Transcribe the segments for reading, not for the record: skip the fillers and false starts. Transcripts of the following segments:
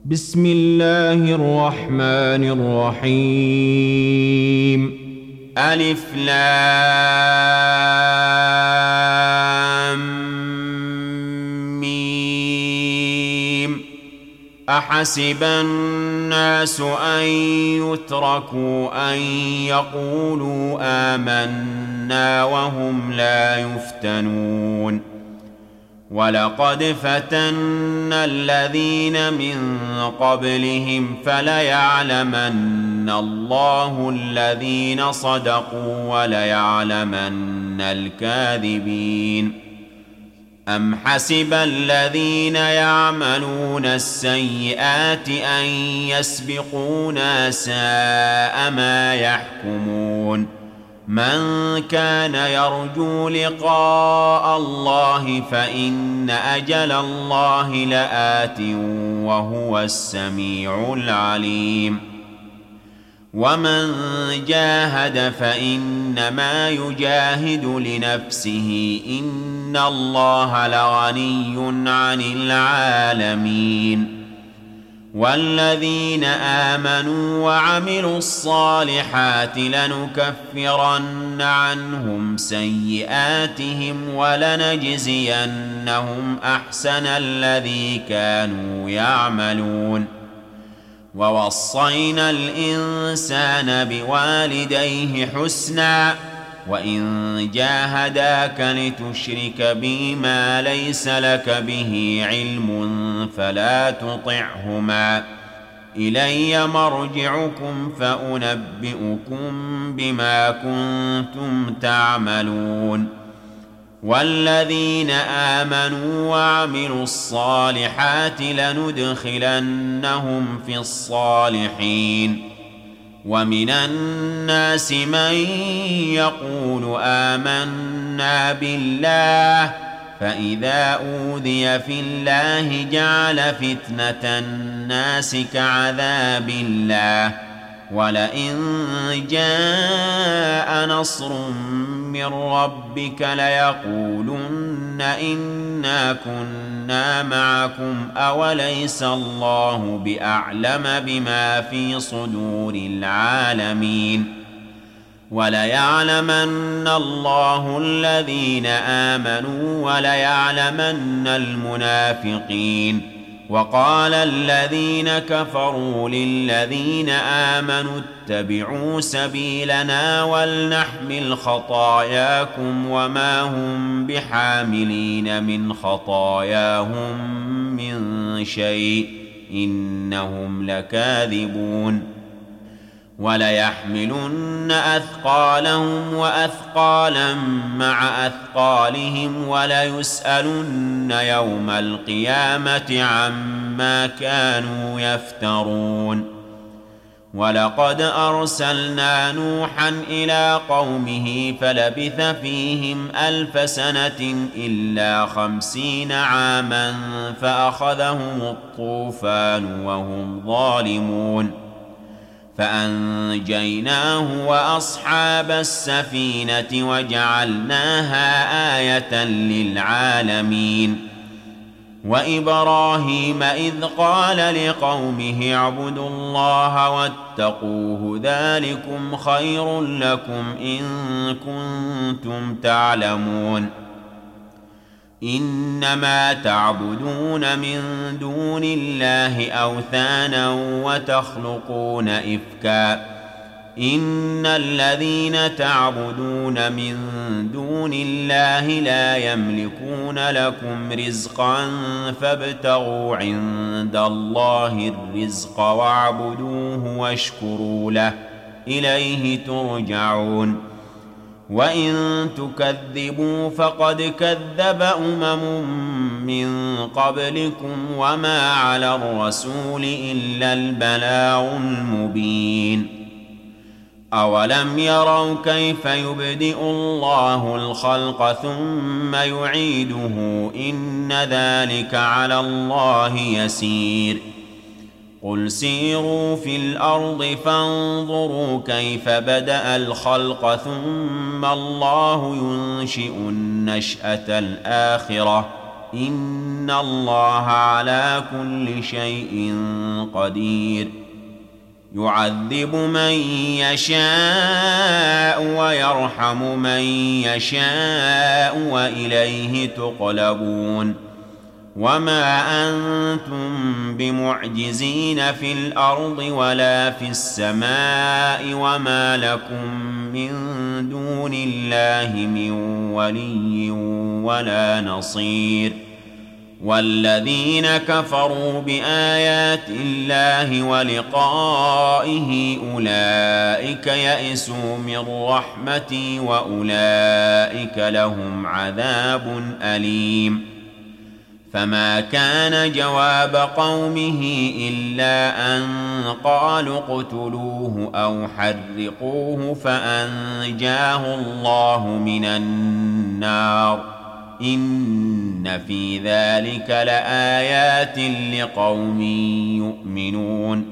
بسم الله الرحمن الرحيم. ألف لام ميم. أحسب الناس أن يتركوا أن يقولوا آمنا وهم لا يفتنون. ولقد فتنا الذين من قبلهم فليعلمن الله الذين صدقوا وليعلمن الكاذبين. أم حسب الذين يعملون السيئات أن يسبقونا ساء ما يحكمون. من كان يرجو لقاء الله فإن أجل الله لآت وهو السميع العليم. ومن جاهد فإنما يجاهد لنفسه إن الله لغني عن العالمين. والذين آمنوا وعملوا الصالحات لنكفرن عنهم سيئاتهم ولنجزينهم أحسن الذي كانوا يعملون. ووصينا الإنسان بوالديه حسنا وإن جاهداك لتشرك بي ما ليس لك به علم فلا تطعهما. إلي مرجعكم فأنبئكم بما كنتم تعملون. والذين آمنوا وعملوا الصالحات لندخلنهم في الصالحين. ومن الناس من يقول آمنا بالله فإذا أوذي في الله جعل فتنة الناس كعذاب الله. ولئن جاء نصر من ربك ليقولن إنا كنا معكم أوليس الله بأعلم بما في صدور العالمين. وليعلمن الله الذين آمنوا وليعلمن المنافقين. وقال الذين كفروا للذين آمنوا اتبعوا سبيلنا ولنحمل خطاياكم وما هم بحاملين من خطاياهم من شيء إنهم لكاذبون. وليحملن أثقالهم وأثقالا مع أثقالهم وليسألن يوم القيامة عما كانوا يفترون. ولقد أرسلنا نوحا إلى قومه فلبث فيهم 1000 سنة إلا 50 عاما فأخذهم الطوفان وهم ظالمون. فأنجيناه وأصحاب السفينة وجعلناها آية للعالمين. وإبراهيم إذ قال لقومه اعبدوا الله واتقوه ذلكم خير لكم إن كنتم تعلمون. إنما تعبدون من دون الله أوثانا وتخلقون إفكا. إن الذين تعبدون من دون الله لا يملكون لكم رزقا فابتغوا عند الله الرزق واعبدوه واشكروا له إليه ترجعون. وإن تكذبوا فقد كذب من قبلكم وما على الرسول إلا البلاغ المبين. أولم يروا كيف يبدئ الله الخلق ثم يعيده إن ذلك على الله يسير. قل سيروا في الأرض فانظروا كيف بدأ الخلق ثم الله ينشئ النشأة الآخرة إن الله على كل شيء قدير يعذب من يشاء ويرحم من يشاء وإليه تقلبون وما أنتم بمعجزين في الأرض ولا في السماء وما لكم من دون الله من ولي ولا نصير والذين كفروا بآيات الله ولقائه أولئك يئسوا من رحمتي وأولئك لهم عذاب أليم فما كان جواب قومه إلا أن قالوا اقتلوه أو حرقوه فأنجاه الله من النار إن في ذلك لآيات لقوم يؤمنون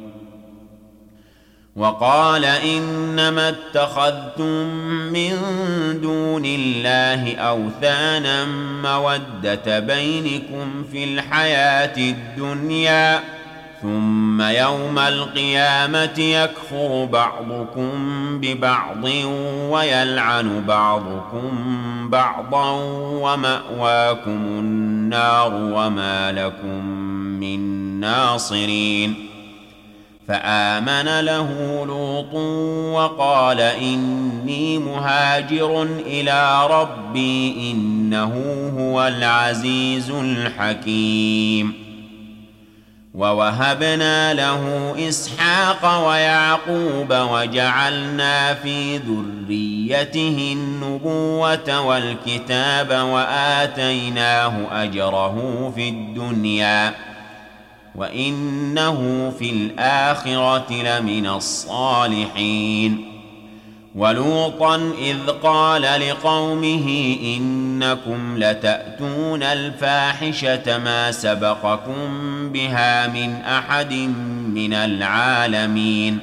وقال إنما اتخذتم من دون الله أوثانا مودة بينكم في الحياة الدنيا ثم يوم القيامة يكفر بعضكم ببعض ويلعن بعضكم بعضا ومأواكم النار وما لكم من ناصرين فآمن له لوط وقال إني مهاجر إلى ربي إنه هو العزيز الحكيم ووهبنا له إسحاق ويعقوب وجعلنا في ذريته النبوة والكتاب وآتيناه أجره في الدنيا وإنه في الآخرة لمن الصالحين ولوطا إذ قال لقومه إنكم لتأتون الفاحشة ما سبقكم بها من أحد من العالمين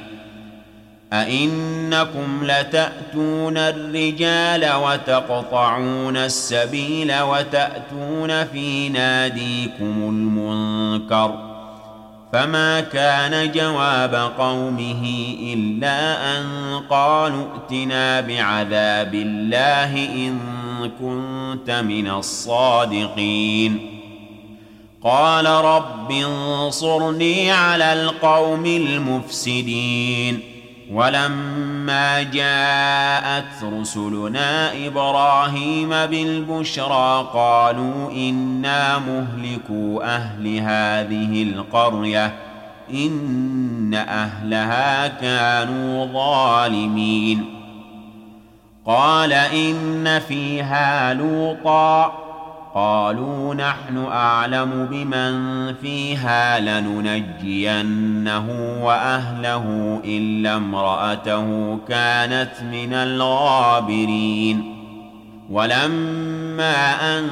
أئنكم لتأتون الرجال وتقطعون السبيل وتأتون في ناديكم المنكر فما كان جواب قومه إلا أن قالوا ائتنا بعذاب الله إن كنت من الصادقين قال رب انصرني على القوم المفسدين ولما جاءت رسلنا إبراهيم بالبشرى قالوا إنا مهلكو أهل هذه القرية إن أهلها كانوا ظالمين قال إن فيها لوطا قالوا نحن أعلم بمن فيها لننجينه وأهله إلا امرأته كانت من الغابرين ولما أن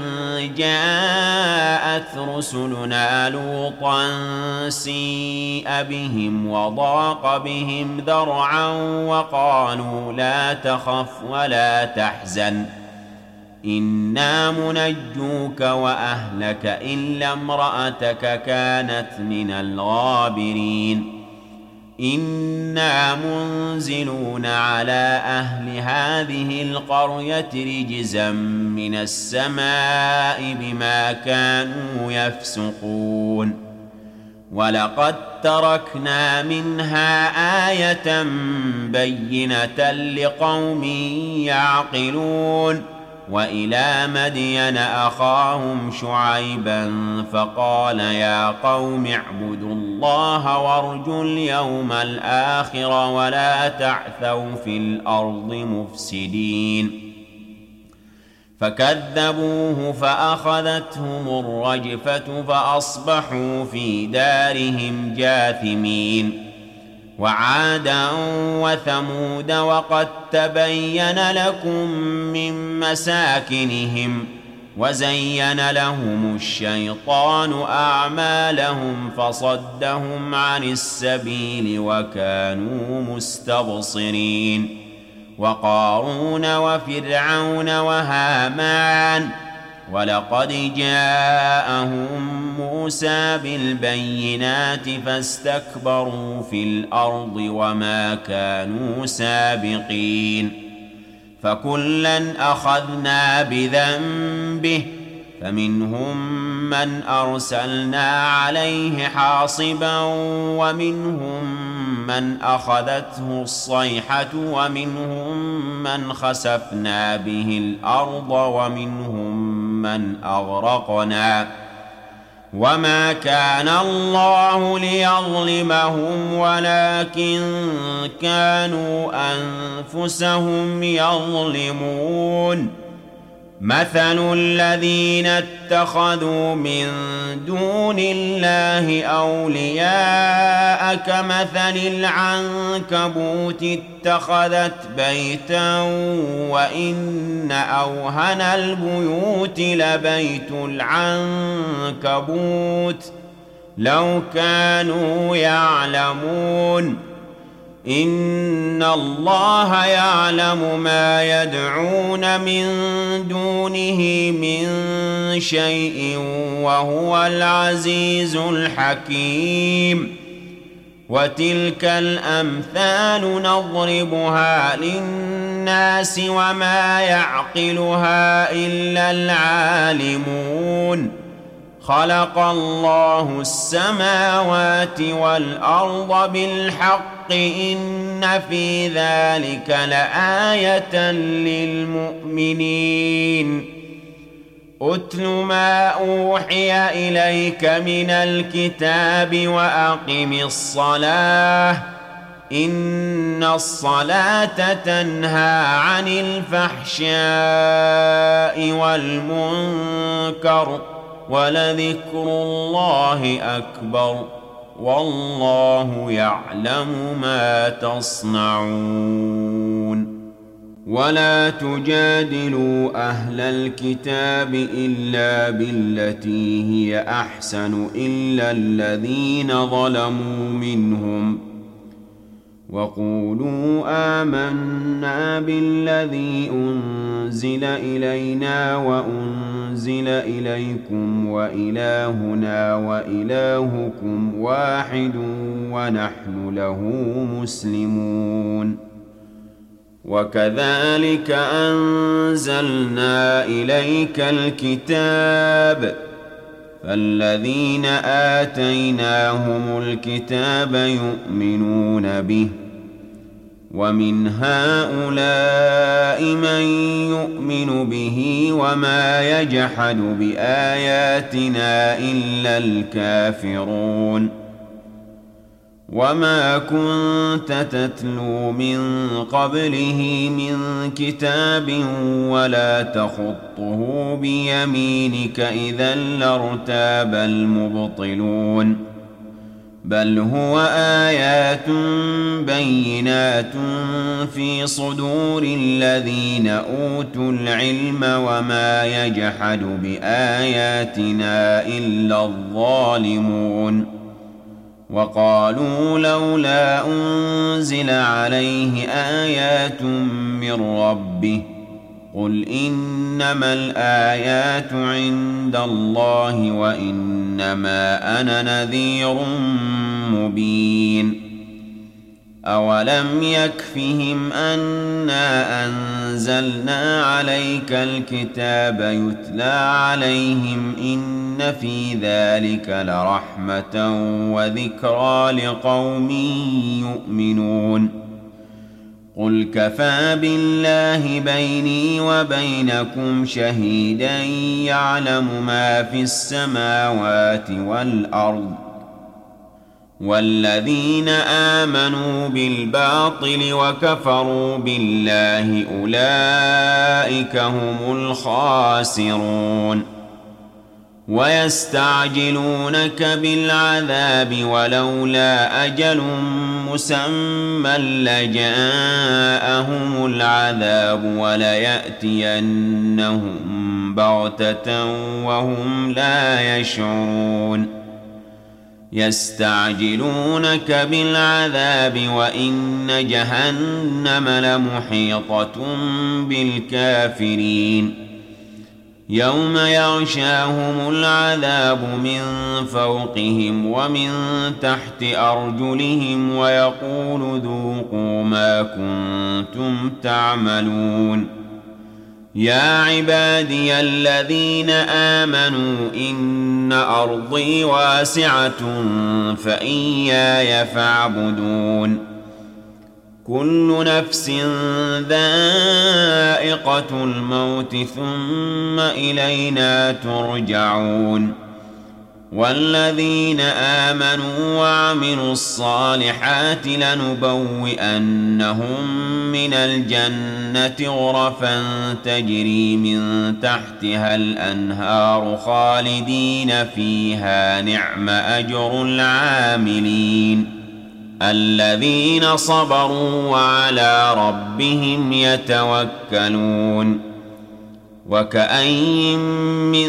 جاءت رسلنا لوطا سيء بهم وضاق بهم ذرعا وقالوا لا تخف ولا تحزن إنا منجوك وأهلك إلا امرأتك كانت من الغابرين إنا منزلون على أهل هذه القرية رجزا من السماء بما كانوا يفسقون ولقد تركنا منها آية بينة لقوم يعقلون وإلى مدين أخاهم شعيبا فقال يا قوم اعبدوا الله وارجوا اليوم الآخر ولا تعثوا في الأرض مفسدين فكذبوه فأخذتهم الرجفة فأصبحوا في دارهم جاثمين وعادا وثمود وقد تبين لكم من مساكنهم وزين لهم الشيطان أعمالهم فصدهم عن السبيل وكانوا مستبصرين وقارون وفرعون وهامان ولقد جاءهم موسى بالبينات فاستكبروا في الأرض وما كانوا سابقين فكلا أخذنا بذنبه فمنهم من أرسلنا عليه حاصبا ومنهم من أخذته الصيحة ومنهم من خسفنا به الأرض ومنهم من أغرقنا وما كان الله ليظلمهم ولكن كانوا أنفسهم يظلمون مثل الذين اتخذوا من دون الله أولياء كمثل العنكبوت اتخذت بيتا وإن أوهن البيوت لبيت العنكبوت لو كانوا يعلمون إن الله يعلم ما يدعون من دونه من شيء وهو العزيز الحكيم وتلك الأمثال نضربها للناس وما يعقلها إلا العالمون خلق الله السماوات والأرض بالحق إن في ذلك لآية للمؤمنين أتل ما أوحي إليك من الكتاب وأقم الصلاة إن الصلاة تنهى عن الفحشاء والمنكر ولذكر الله أكبر والله يعلم ما تصنعون ولا تجادلوا أهل الكتاب إلا بالتي هي أحسن إلا الذين ظلموا منهم وقولوا آمنا بالذي أنزل إلينا وأنزل إليكم وإلهنا وإلهكم واحد ونحن له مسلمون وكذلك أنزلنا إليك الكتاب فالذين آتيناهم الكتاب يؤمنون به ومن هؤلاء من يؤمن به وما يجحد بآياتنا إلا الكافرون وما كنت تتلو من قبله من كتاب ولا تخطه بيمينك إذا لارتاب المبطلون بل هو آيات بينات في صدور الذين أوتوا العلم وما يجحد بآياتنا إلا الظالمون وقالوا لولا أنزل عليه آيات من ربه قل إنما الآيات عند الله وإنما أنا نذير مبين أولم يكفهم أنا أنزلنا عليك الكتاب يتلى عليهم إن في ذلك لرحمة وذكرى لقوم يؤمنون قل كفى بالله بيني وبينكم شهيدا يعلم ما في السماوات والأرض والذين آمنوا بالباطل وكفروا بالله أولئك هم الخاسرون ويستعجلونك بالعذاب ولولا أجل مسمى لجاءهم العذاب وليأتينهم بغتة وهم لا يشعرون يستعجلونك بالعذاب وإن جهنم لمحيطة بالكافرين يوم يغشاهم العذاب من فوقهم ومن تحت أرجلهم ويقول ذوقوا ما كنتم تعملون يا عبادي الذين آمنوا إن أرضي واسعة فإياي فاعبدون كل نفس ذائقة الموت ثم إلينا ترجعون والذين آمنوا وعملوا الصالحات لنبوئنهم من الجنة غرفا تجري من تحتها الأنهار خالدين فيها نعم أجر العاملين الذين صبروا وعلى ربهم يتوكلون وكأين من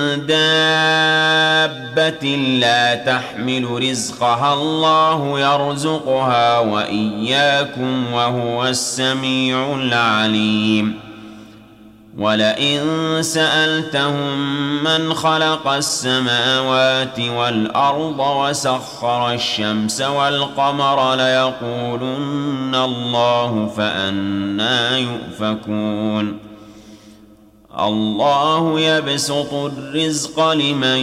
دابة لا تحمل رزقها الله يرزقها وإياكم وهو السميع العليم ولئن سألتهم من خلق السماوات والأرض وسخر الشمس والقمر ليقولن الله فأنى يؤفكون الله يبسط الرزق لمن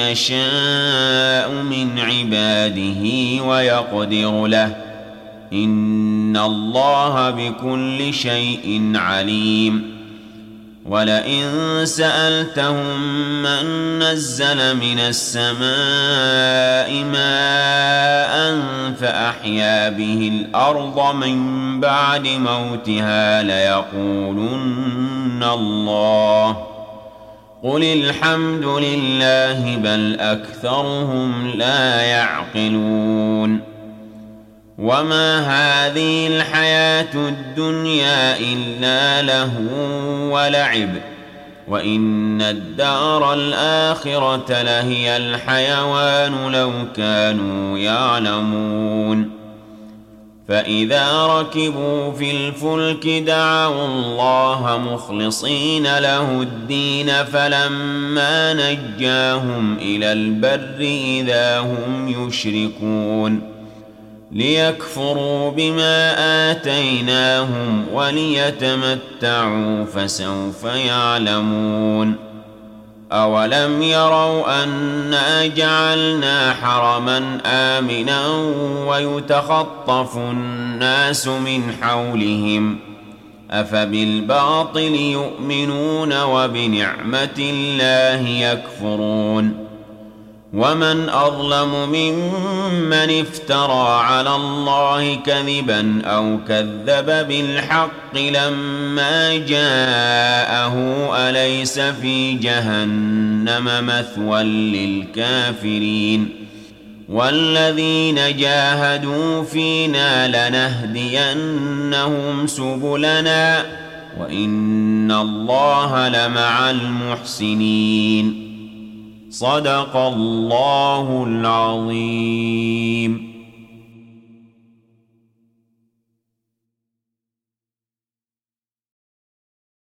يشاء من عباده ويقدر له إن الله بكل شيء عليم ولئن سألتهم من نزل من السماء ماء فأحيا به الأرض من بعد موتها ليقولن الله قل الحمد لله بل أكثرهم لا يعقلون وما هذه الحياة الدنيا إلا لهو ولعب وإن الدار الآخرة لهي الحيوان لو كانوا يعلمون فإذا ركبوا في الفلك دعوا الله مخلصين له الدين فلما نجاهم إلى البر إذا هم يشركون ليكفروا بما آتيناهم وليتمتعوا فسوف يعلمون أولم يروا أنا جعلنا حرما آمنا ويتخطف الناس من حولهم أفبالباطل يؤمنون وبنعمة الله يكفرون ومن أظلم ممن افترى على الله كذبا أو كذب بالحق لما جاءه أليس في جهنم مثوى للكافرين والذين جاهدوا فينا لنهدينهم سبلنا وإن الله لمع المحسنين صدق الله العظيم.